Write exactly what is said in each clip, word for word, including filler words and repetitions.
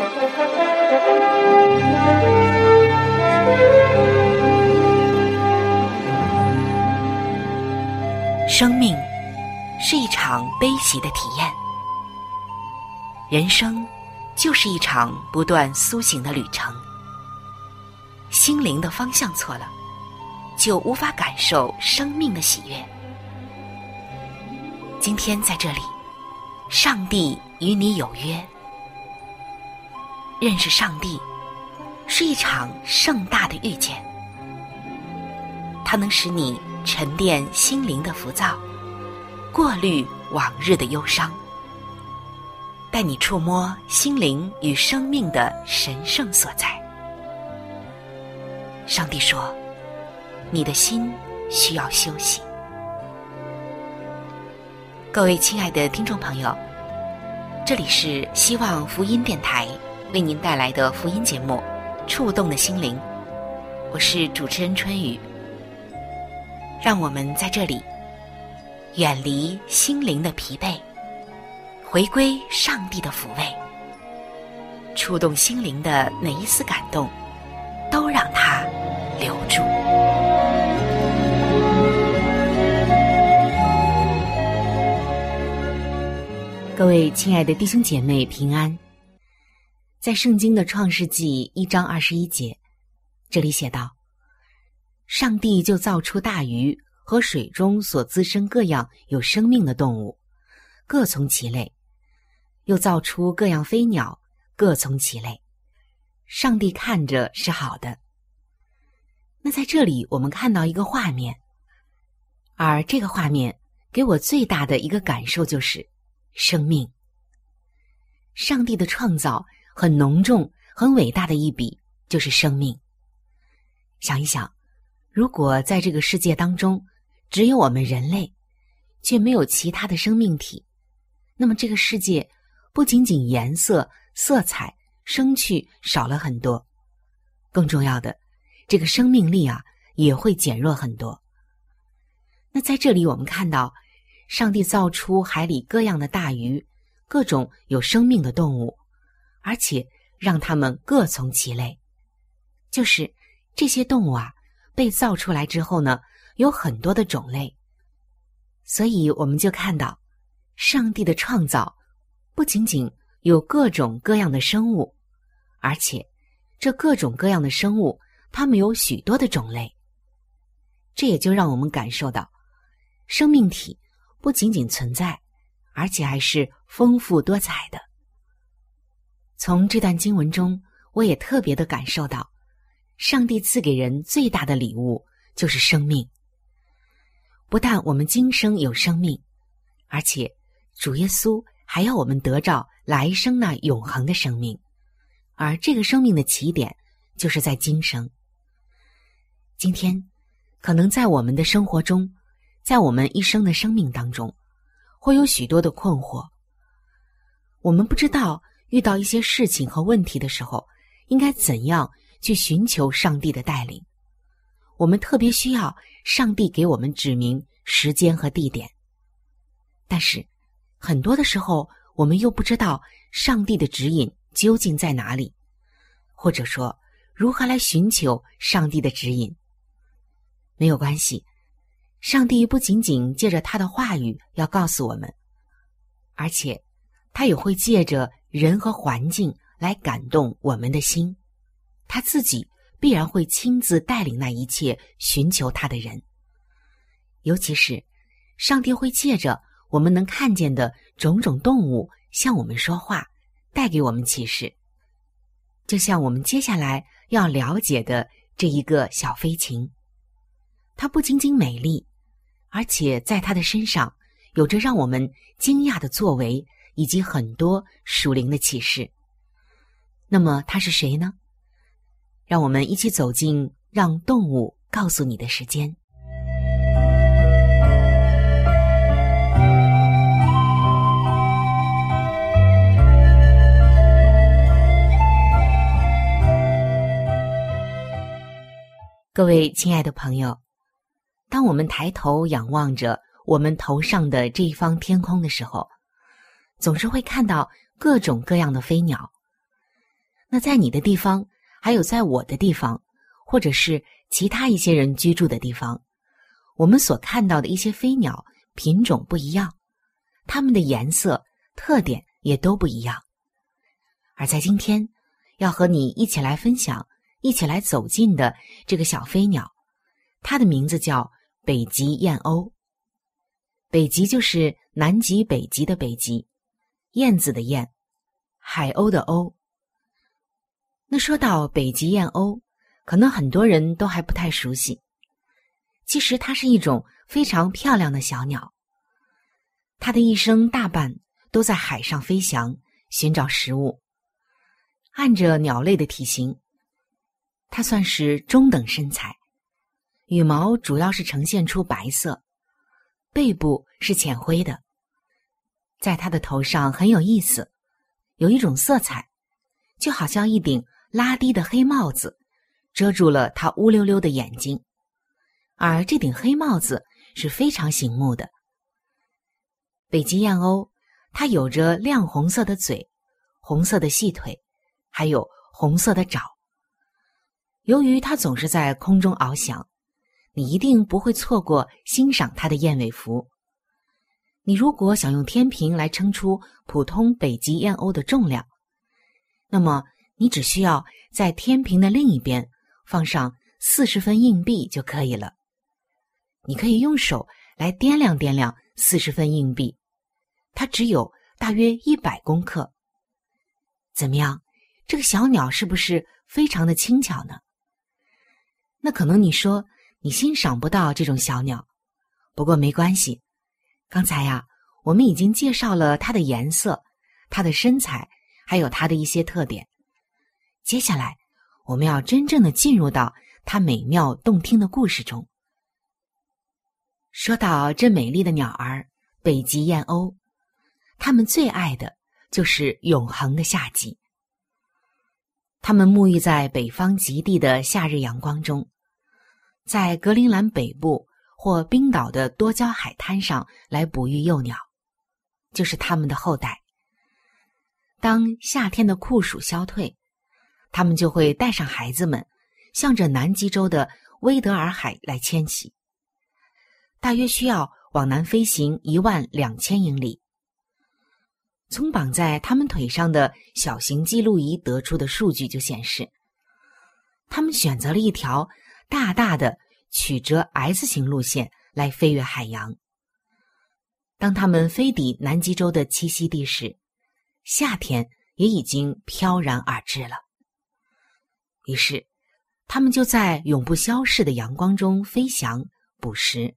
生命是一场悲喜的体验，人生就是一场不断苏醒的旅程。心灵的方向错了，就无法感受生命的喜悦。今天在这里，上帝与你有约。认识上帝是一场盛大的遇见，它能使你沉淀心灵的浮躁，过滤往日的忧伤，带你触摸心灵与生命的神圣所在。上帝说，你的心需要休息。各位亲爱的听众朋友，这里是希望福音电台为您带来的福音节目《触动的心灵》，我是主持人春雨。让我们在这里远离心灵的疲惫，回归上帝的抚慰，触动心灵的每一丝感动，都让它留住。各位亲爱的弟兄姐妹平安。在圣经的创世纪一章二十一节，这里写道，上帝就造出大鱼和水中所滋生各样有生命的动物，各从其类，又造出各样飞鸟，各从其类。上帝看着是好的。那在这里我们看到一个画面，而这个画面给我最大的一个感受就是生命。上帝的创造很浓重很伟大的一笔就是生命。想一想，如果在这个世界当中只有我们人类，却没有其他的生命体，那么这个世界不仅仅颜色色彩生趣少了很多，更重要的，这个生命力啊也会减弱很多。那在这里我们看到，上帝造出海里各样的大鱼，各种有生命的动物，而且让它们各从其类。就是这些动物啊，被造出来之后呢，有很多的种类。所以我们就看到，上帝的创造不仅仅有各种各样的生物，而且这各种各样的生物，它们有许多的种类。这也就让我们感受到，生命体不仅仅存在，而且还是丰富多彩的。从这段经文中，我也特别的感受到，上帝赐给人最大的礼物就是生命。不但我们今生有生命，而且主耶稣还要我们得着来生那永恒的生命，而这个生命的起点就是在今生。今天可能在我们的生活中，在我们一生的生命当中，会有许多的困惑。我们不知道遇到一些事情和问题的时候，应该怎样去寻求上帝的带领。我们特别需要上帝给我们指明时间和地点。但是很多的时候，我们又不知道上帝的指引究竟在哪里，或者说如何来寻求上帝的指引。没有关系，上帝不仅仅借着他的话语要告诉我们，而且他也会借着人和环境来感动我们的心，他自己必然会亲自带领那一切寻求他的人。尤其是上帝会借着我们能看见的种种动物向我们说话，带给我们启示。就像我们接下来要了解的这一个小飞禽，它不仅仅美丽，而且在它的身上有着让我们惊讶的作为，以及很多属灵的启示。那么它是谁呢？让我们一起走进让动物告诉你的时间。各位亲爱的朋友，当我们抬头仰望着我们头上的这一方天空的时候，总是会看到各种各样的飞鸟。 那在你的地方，还有在我的地方，或者是其他一些人居住的地方，我们所看到的一些飞鸟品种不一样，它们的颜色、特点也都不一样。而在今天，要和你一起来分享、一起来走近的这个小飞鸟，它的名字叫北极燕鸥。北极就是南极、北极的北极，燕子的燕，海鸥的鸥。那说到北极燕鸥，可能很多人都还不太熟悉。其实它是一种非常漂亮的小鸟，它的一生大半都在海上飞翔，寻找食物。按着鸟类的体型，它算是中等身材，羽毛主要是呈现出白色，背部是浅灰的。在它的头上很有意思，有一种色彩，就好像一顶拉低的黑帽子，遮住了它乌溜溜的眼睛，而这顶黑帽子是非常醒目的。北极燕鸥，它有着亮红色的嘴，红色的细腿，还有红色的爪。由于它总是在空中翱翔，你一定不会错过欣赏它的燕尾服。你如果想用天平来称出普通北极燕鸥的重量，那么你只需要在天平的另一边放上四十分硬币就可以了。你可以用手来掂量掂量四十分硬币，它只有大约一百公克。怎么样？这个小鸟是不是非常的轻巧呢？那可能你说你欣赏不到这种小鸟，不过没关系。刚才呀，我们已经介绍了它的颜色、它的身材，还有它的一些特点。接下来，我们要真正的进入到它美妙动听的故事中。说到这美丽的鸟儿，北极燕鸥，它们最爱的就是永恒的夏季。它们沐浴在北方极地的夏日阳光中，在格陵兰北部或冰岛的多礁海滩上来哺育幼鸟，就是它们的后代。当夏天的酷暑消退，它们就会带上孩子们，向着南极洲的威德尔海来迁徙，大约需要往南飞行一万两千英里。从绑在它们腿上的小型记录仪得出的数据就显示，它们选择了一条大大的曲折 S 型路线来飞越海洋。当它们飞抵南极洲的栖息地时，夏天也已经飘然而至了。于是，它们就在永不消逝的阳光中飞翔捕食。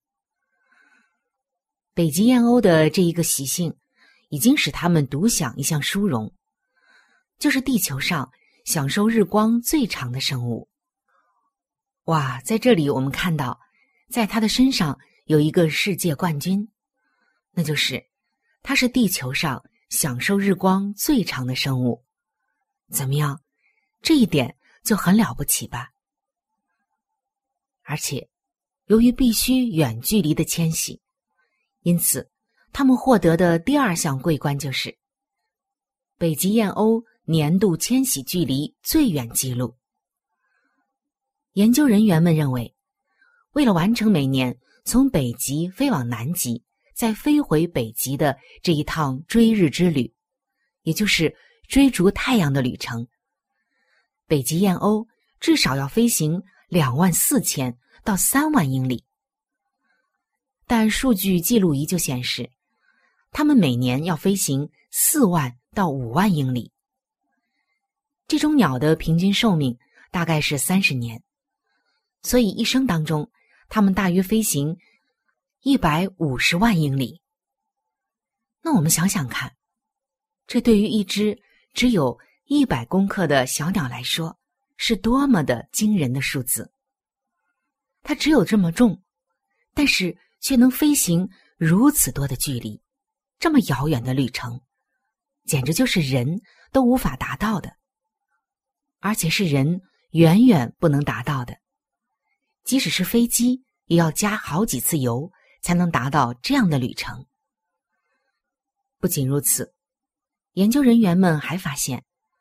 北极燕鸥的这一个习性，已经使它们独享一项殊荣，就是地球上享受日光最长的生物。哇，在这里我们看到，在它的身上有一个世界冠军，那就是它是地球上享受日光最长的生物。怎么样？这一点就很了不起吧？而且，由于必须远距离的迁徙，因此他们获得的第二项桂冠就是北极燕鸥年度迁徙距离最远纪录。研究人员们认为，为了完成每年从北极飞往南极，再飞回北极的这一趟追日之旅，也就是追逐太阳的旅程，北极燕鸥至少要飞行两万四千到三万英里。但数据记录仪就显示，它们每年要飞行四万到五万英里。这种鸟的平均寿命大概是三十年，所以一生当中，它们大约飞行一百五十万英里。那我们想想看，这对于一只只有一百公克的小鸟来说，是多么的惊人的数字。它只有这么重，但是却能飞行如此多的距离，这么遥远的旅程，简直就是人都无法达到的，而且是人远远不能达到的。即使是飞机，也要加好几次油才能达到这样的旅程。不仅如此，研究人员们还发现，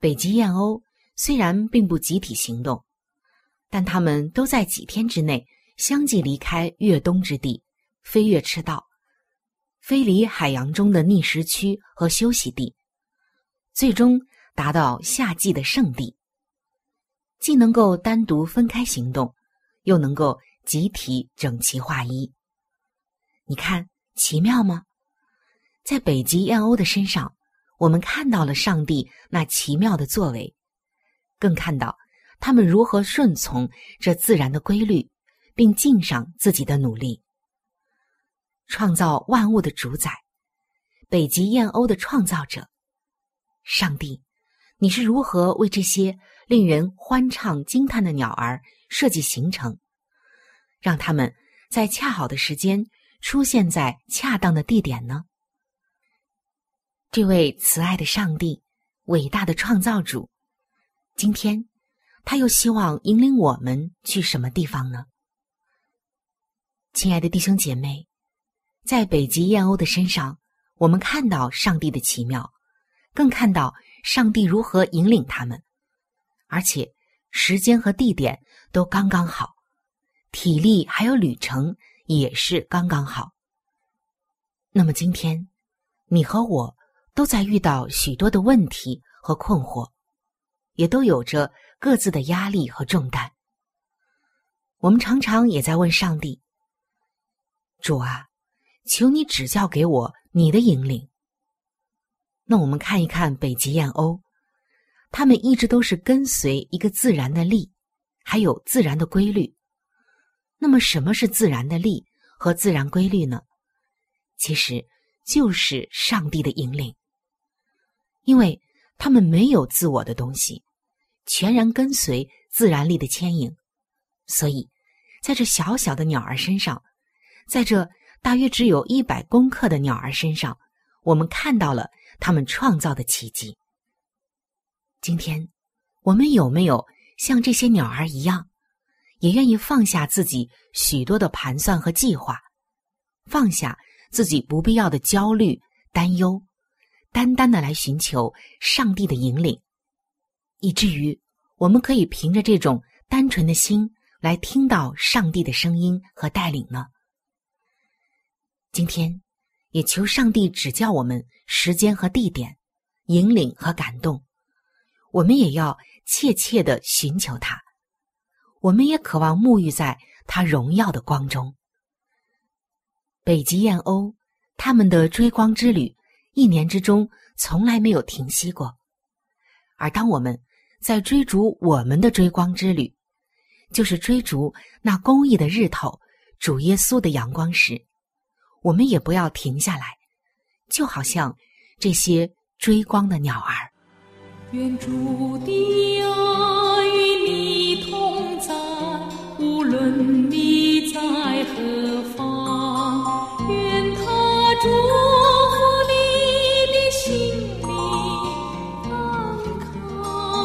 北极燕鸥虽然并不集体行动，但它们都在几天之内相继离开越冬之地，飞越赤道，飞离海洋中的觅食区和休息地，最终达到夏季的圣地。既能够单独分开行动，又能够集体整齐划一。你看，奇妙吗？在北极燕鸥的身上，我们看到了上帝那奇妙的作为，更看到他们如何顺从这自然的规律，并尽上自己的努力。创造万物的主宰，北极燕鸥的创造者，上帝，你是如何为这些令人欢畅惊叹的鸟儿设计行程，让它们在恰好的时间出现在恰当的地点呢？这位慈爱的上帝，伟大的创造主，今天他又希望引领我们去什么地方呢？亲爱的弟兄姐妹，在北极燕鸥的身上，我们看到上帝的奇妙，更看到上帝如何引领他们，而且时间和地点都刚刚好，体力还有旅程也是刚刚好。那么今天，你和我都在遇到许多的问题和困惑，也都有着各自的压力和重担。我们常常也在问上帝，主啊，求你指教给我你的引领。那我们看一看北极燕鸥，它们一直都是跟随一个自然的力，还有自然的规律。那么什么是自然的力和自然规律呢？其实就是上帝的引领。因为他们没有自我的东西，全然跟随自然力的牵引，所以在这小小的鸟儿身上，在这大约只有一百公克的鸟儿身上，我们看到了他们创造的奇迹。今天我们有没有像这些鸟儿一样，也愿意放下自己许多的盘算和计划，放下自己不必要的焦虑担忧，单单的来寻求上帝的引领，以至于我们可以凭着这种单纯的心来听到上帝的声音和带领呢？今天也求上帝指教我们时间和地点，引领和感动，我们也要切切地寻求他，我们也渴望沐浴在他荣耀的光中。北极燕鸥，他们的追光之旅一年之中从来没有停息过，而当我们在追逐我们的追光之旅，就是追逐那公义的日头主耶稣的阳光时，我们也不要停下来，就好像这些追光的鸟儿。 愿主的爱与你同在，无论你在何方，愿他祝福你的心灵安康，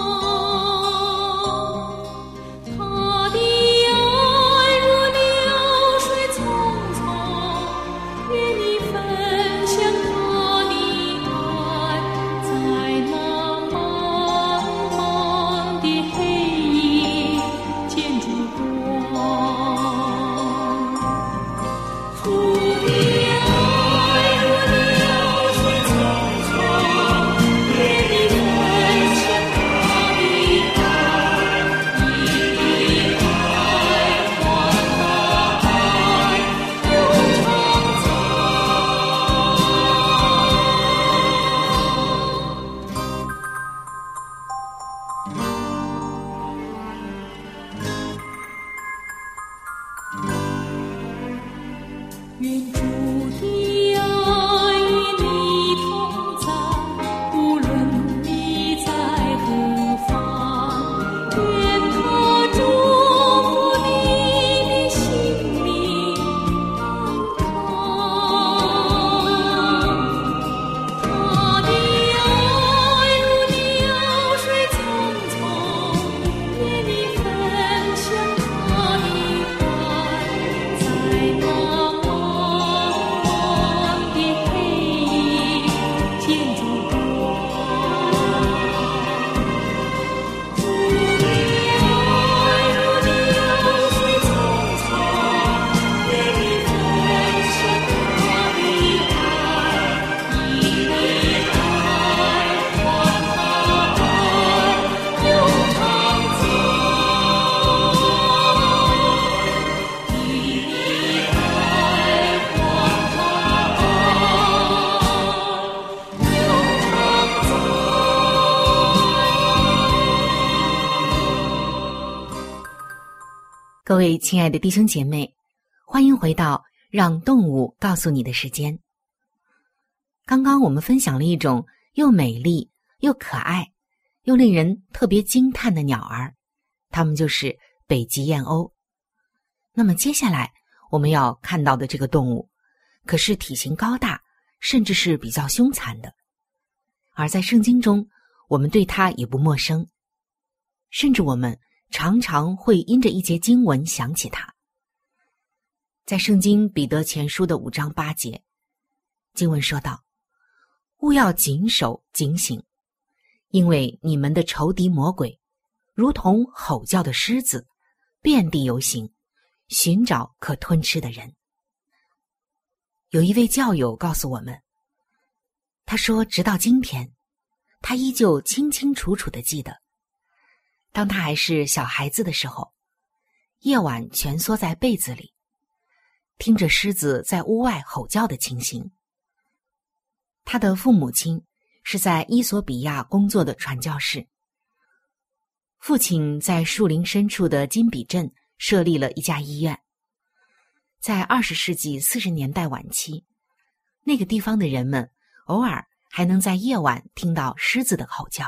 他的爱如流水匆匆，愿你分享他的爱，在那茫茫的黑夜见烛光。父的爱各位亲爱的弟兄姐妹，欢迎回到让动物告诉你的时间。刚刚我们分享了一种又美丽又可爱又令人特别惊叹的鸟儿，它们就是北极燕鸥。那么接下来我们要看到的这个动物可是体型高大，甚至是比较凶残的，而在圣经中我们对它也不陌生，甚至我们常常会因着一节经文想起它。在圣经彼得前书的五章八节，经文说道：务要谨守警醒，因为你们的仇敌魔鬼如同吼叫的狮子，遍地游行，寻找可吞吃的人。有一位教友告诉我们，他说直到今天他依旧清清楚楚地记得，当他还是小孩子的时候，夜晚蜷缩在被子里，听着狮子在屋外吼叫的情形。他的父母亲是在伊索比亚工作的传教士，父亲在树林深处的金比镇设立了一家医院。在二十世纪四十年代晚期，那个地方的人们偶尔还能在夜晚听到狮子的吼叫。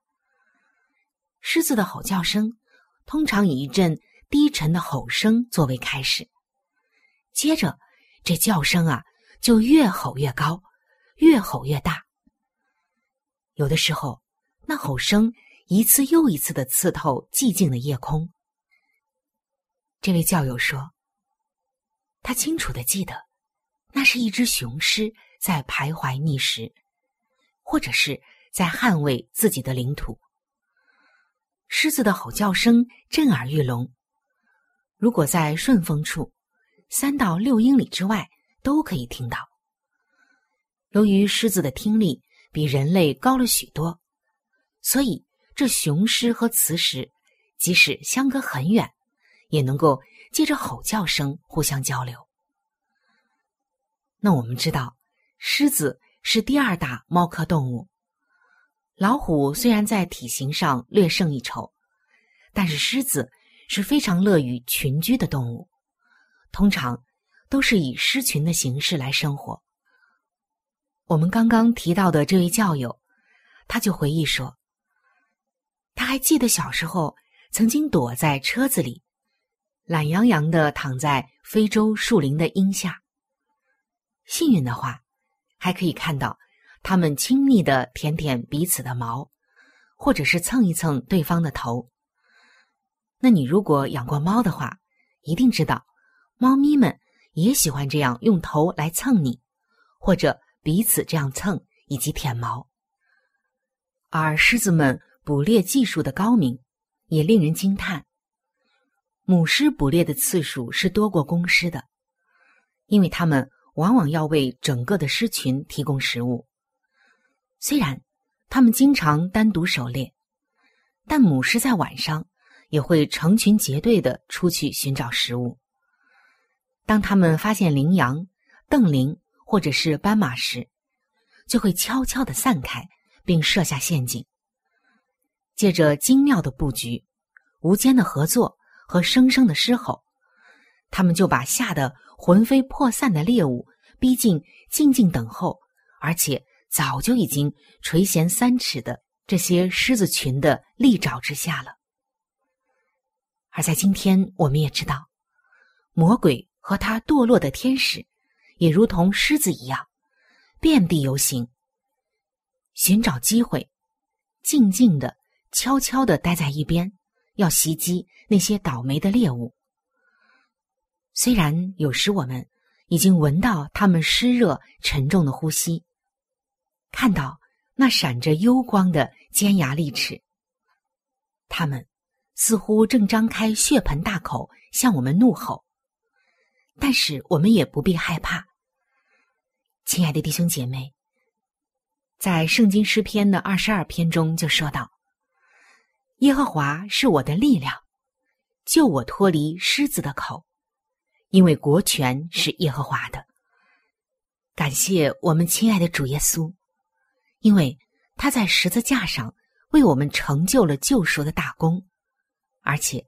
狮子的吼叫声通常以一阵低沉的吼声作为开始，接着这叫声啊就越吼越高，越吼越大。有的时候那吼声一次又一次地刺透寂静的夜空。这位教友说，他清楚地记得那是一只雄狮在徘徊觅食，或者是在捍卫自己的领土。狮子的吼叫声震耳欲聋，如果在顺风处三到六英里之外都可以听到。由于狮子的听力比人类高了许多，所以这雄狮和雌狮即使相隔很远，也能够借着吼叫声互相交流。那我们知道，狮子是第二大猫科动物。老虎虽然在体型上略胜一筹，但是狮子是非常乐于群居的动物，通常都是以狮群的形式来生活。我们刚刚提到的这位教友，他就回忆说，他还记得小时候曾经躲在车子里，懒洋洋地躺在非洲树林的荫下。幸运的话，还可以看到他们亲密地舔舔彼此的毛，或者是蹭一蹭对方的头。那你如果养过猫的话，一定知道猫咪们也喜欢这样用头来蹭你，或者彼此这样蹭以及舔毛。而狮子们捕猎技术的高明也令人惊叹，母狮捕猎的次数是多过公狮的，因为它们往往要为整个的狮群提供食物。虽然它们经常单独狩猎，但母狮在晚上也会成群结队地出去寻找食物。当它们发现羚羊、瞪羚或者是斑马时，就会悄悄地散开，并设下陷阱。借着精妙的布局、无间的合作和声声的狮吼，他们就把吓得魂飞魄散的猎物逼近静静等候，而且早就已经垂涎三尺的这些狮子群的利爪之下了。而在今天，我们也知道，魔鬼和他堕落的天使也如同狮子一样，遍地游行，寻找机会，静静地、悄悄地待在一边，要袭击那些倒霉的猎物。虽然有时我们已经闻到他们湿热沉重的呼吸，看到那闪着幽光的尖牙利齿，他们似乎正张开血盆大口向我们怒吼，但是我们也不必害怕。亲爱的弟兄姐妹，在圣经诗篇的二十二篇中就说到，耶和华是我的力量，救我脱离狮子的口，因为国权是耶和华的。感谢我们亲爱的主耶稣，因为他在十字架上为我们成就了救赎的大功，而且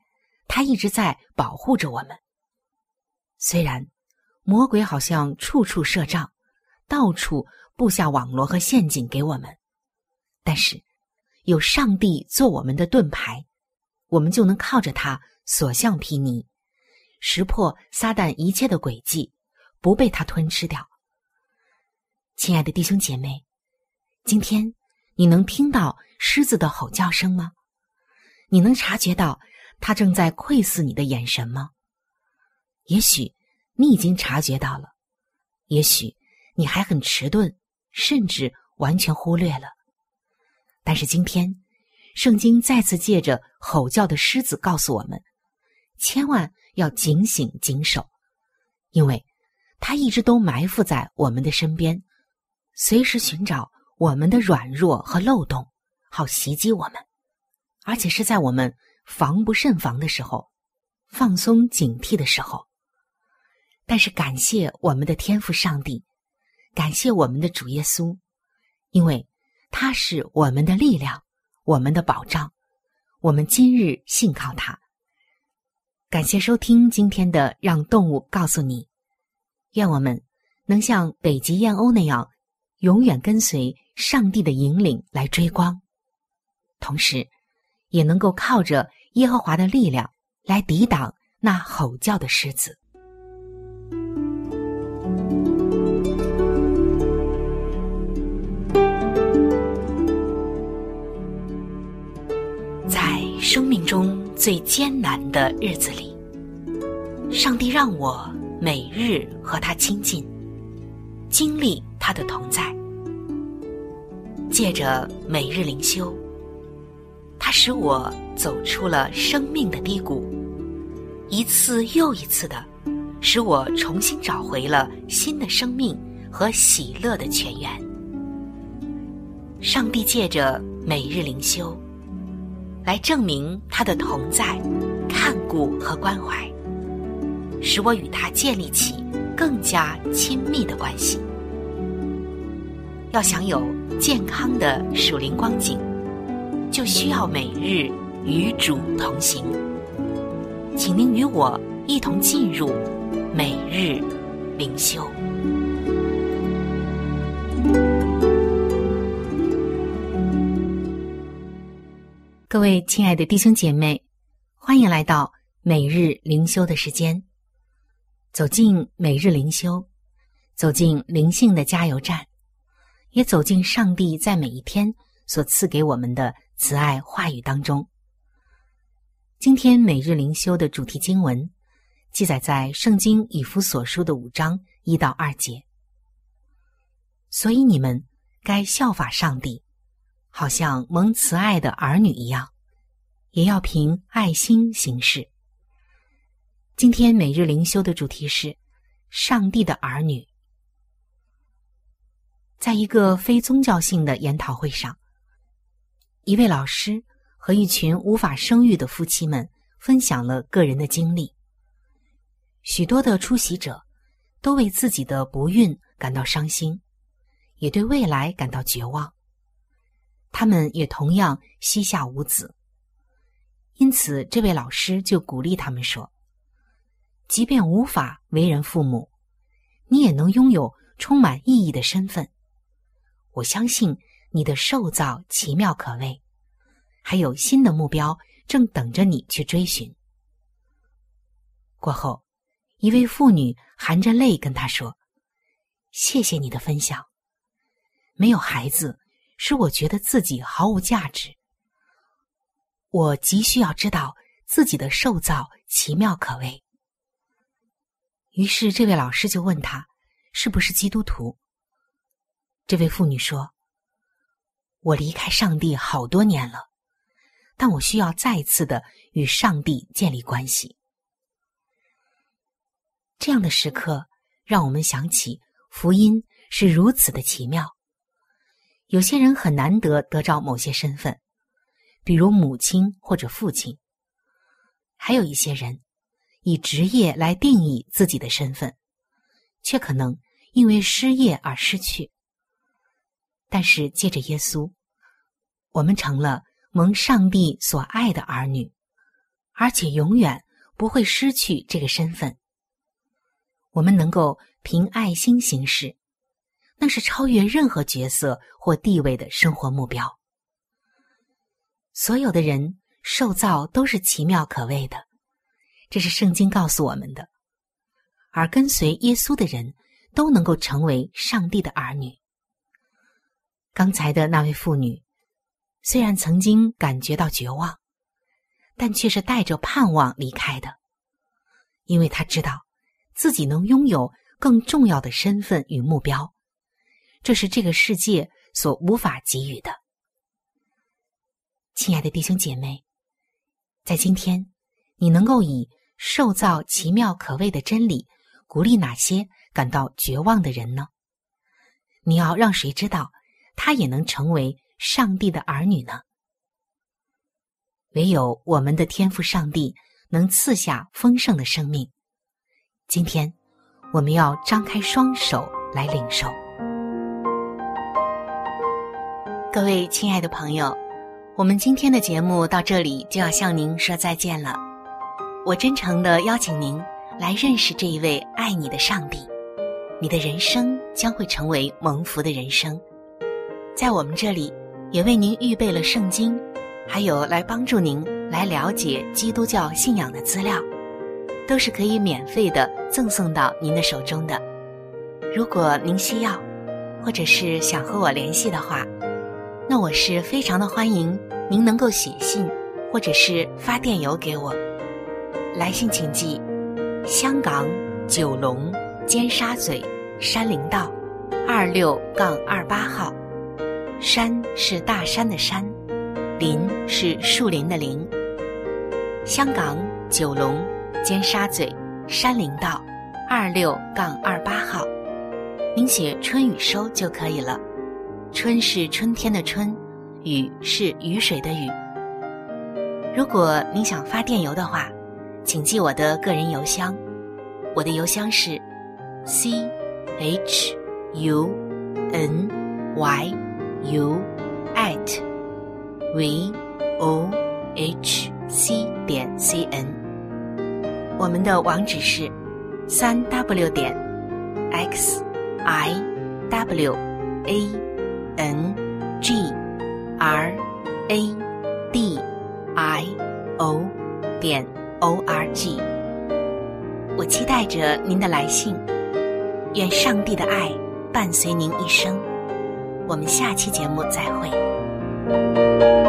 他一直在保护着我们。虽然魔鬼好像处处设障，到处布下网罗和陷阱给我们，但是有上帝做我们的盾牌，我们就能靠着他所向披靡，识破撒旦一切的诡计，不被他吞吃掉。亲爱的弟兄姐妹，今天你能听到狮子的吼叫声吗？你能察觉到他正在窥视你的眼神吗？也许你已经察觉到了，也许你还很迟钝，甚至完全忽略了。但是今天圣经再次借着吼叫的狮子告诉我们，千万要警醒谨守，因为他一直都埋伏在我们的身边，随时寻找我们的软弱和漏洞，好袭击我们，而且是在我们防不胜防的时候，放松警惕的时候。但是感谢我们的天父上帝，感谢我们的主耶稣，因为他是我们的力量，我们的保障，我们今日信靠他。感谢收听今天的让动物告诉你，愿我们能像北极燕鸥那样，永远跟随上帝的引领来追光，同时也能够靠着耶和华的力量来抵挡那吼叫的狮子。在生命中最艰难的日子里，上帝让我每日和他亲近，经历他的同在。借着每日灵修，他使我走出了生命的低谷，一次又一次的使我重新找回了新的生命和喜乐的泉源。上帝借着每日灵修来证明他的同在、看顾和关怀，使我与他建立起更加亲密的关系。要享有健康的属灵光景，就需要每日与主同行。请您与我一同进入每日灵修。各位亲爱的弟兄姐妹，欢迎来到每日灵修的时间。走进每日灵修，走进灵性的加油站，也走进上帝在每一天所赐给我们的慈爱话语当中。今天每日灵修的主题经文记载在圣经以弗所书的五章一到二节。所以你们该效法上帝，好像蒙慈爱的儿女一样，也要凭爱心行事。今天每日灵修的主题是上帝的儿女。在一个非宗教性的研讨会上，一位老师和一群无法生育的夫妻们分享了个人的经历。许多的出席者都为自己的不孕感到伤心，也对未来感到绝望。他们也同样膝下无子。因此这位老师就鼓励他们说，即便无法为人父母，你也能拥有充满意义的身份。我相信你的受造奇妙可畏，还有新的目标正等着你去追寻。过后，一位妇女含着泪跟他说，谢谢你的分享，没有孩子使我觉得自己毫无价值。我急需要知道自己的受造奇妙可畏。于是这位老师就问他是不是基督徒。这位妇女说，我离开上帝好多年了，但我需要再一次的与上帝建立关系。这样的时刻让我们想起福音是如此的奇妙。有些人很难得得着某些身份，比如母亲或者父亲。还有一些人以职业来定义自己的身份，却可能因为失业而失去。但是借着耶稣，我们成了蒙上帝所爱的儿女， 而且永远不会失去这个身份。我们能够凭爱心行事，那是超越任何角色或地位的生活目标。所有的人受造都是奇妙可畏的，这是圣经告诉我们的。而跟随耶稣的人都能够成为上帝的儿女。刚才的那位妇女，虽然曾经感觉到绝望，但却是带着盼望离开的，因为她知道自己能拥有更重要的身份与目标，这是这个世界所无法给予的。亲爱的弟兄姐妹，在今天，你能够以受造奇妙可畏的真理鼓励哪些感到绝望的人呢？你要让谁知道他也能成为上帝的儿女呢？唯有我们的天父上帝能赐下丰盛的生命。今天我们要张开双手来领受。各位亲爱的朋友，我们今天的节目到这里就要向您说再见了。我真诚地邀请您来认识这一位爱你的上帝，你的人生将会成为蒙福的人生。在我们这里也为您预备了圣经，还有来帮助您来了解基督教信仰的资料，都是可以免费的赠送到您的手中的。如果您需要，或者是想和我联系的话，那我是非常的欢迎您能够写信或者是发电邮给我。来信请寄香港九龙尖沙咀山林道二六杠二八号，山是大山的山，林是树林的林。香港九龙尖沙咀山林道二六杠二八号，您写春雨收就可以了。春是春天的春，雨是雨水的雨。如果您想发电邮的话，请记我的个人邮箱，我的邮箱是 c h u n y u at v o h c 点 c n。 我们的网址是 三 w 点 x i w a n g r a d i o 点 o r g。 我期待着您的来信，愿上帝的爱伴随您一生。我们下期节目再会。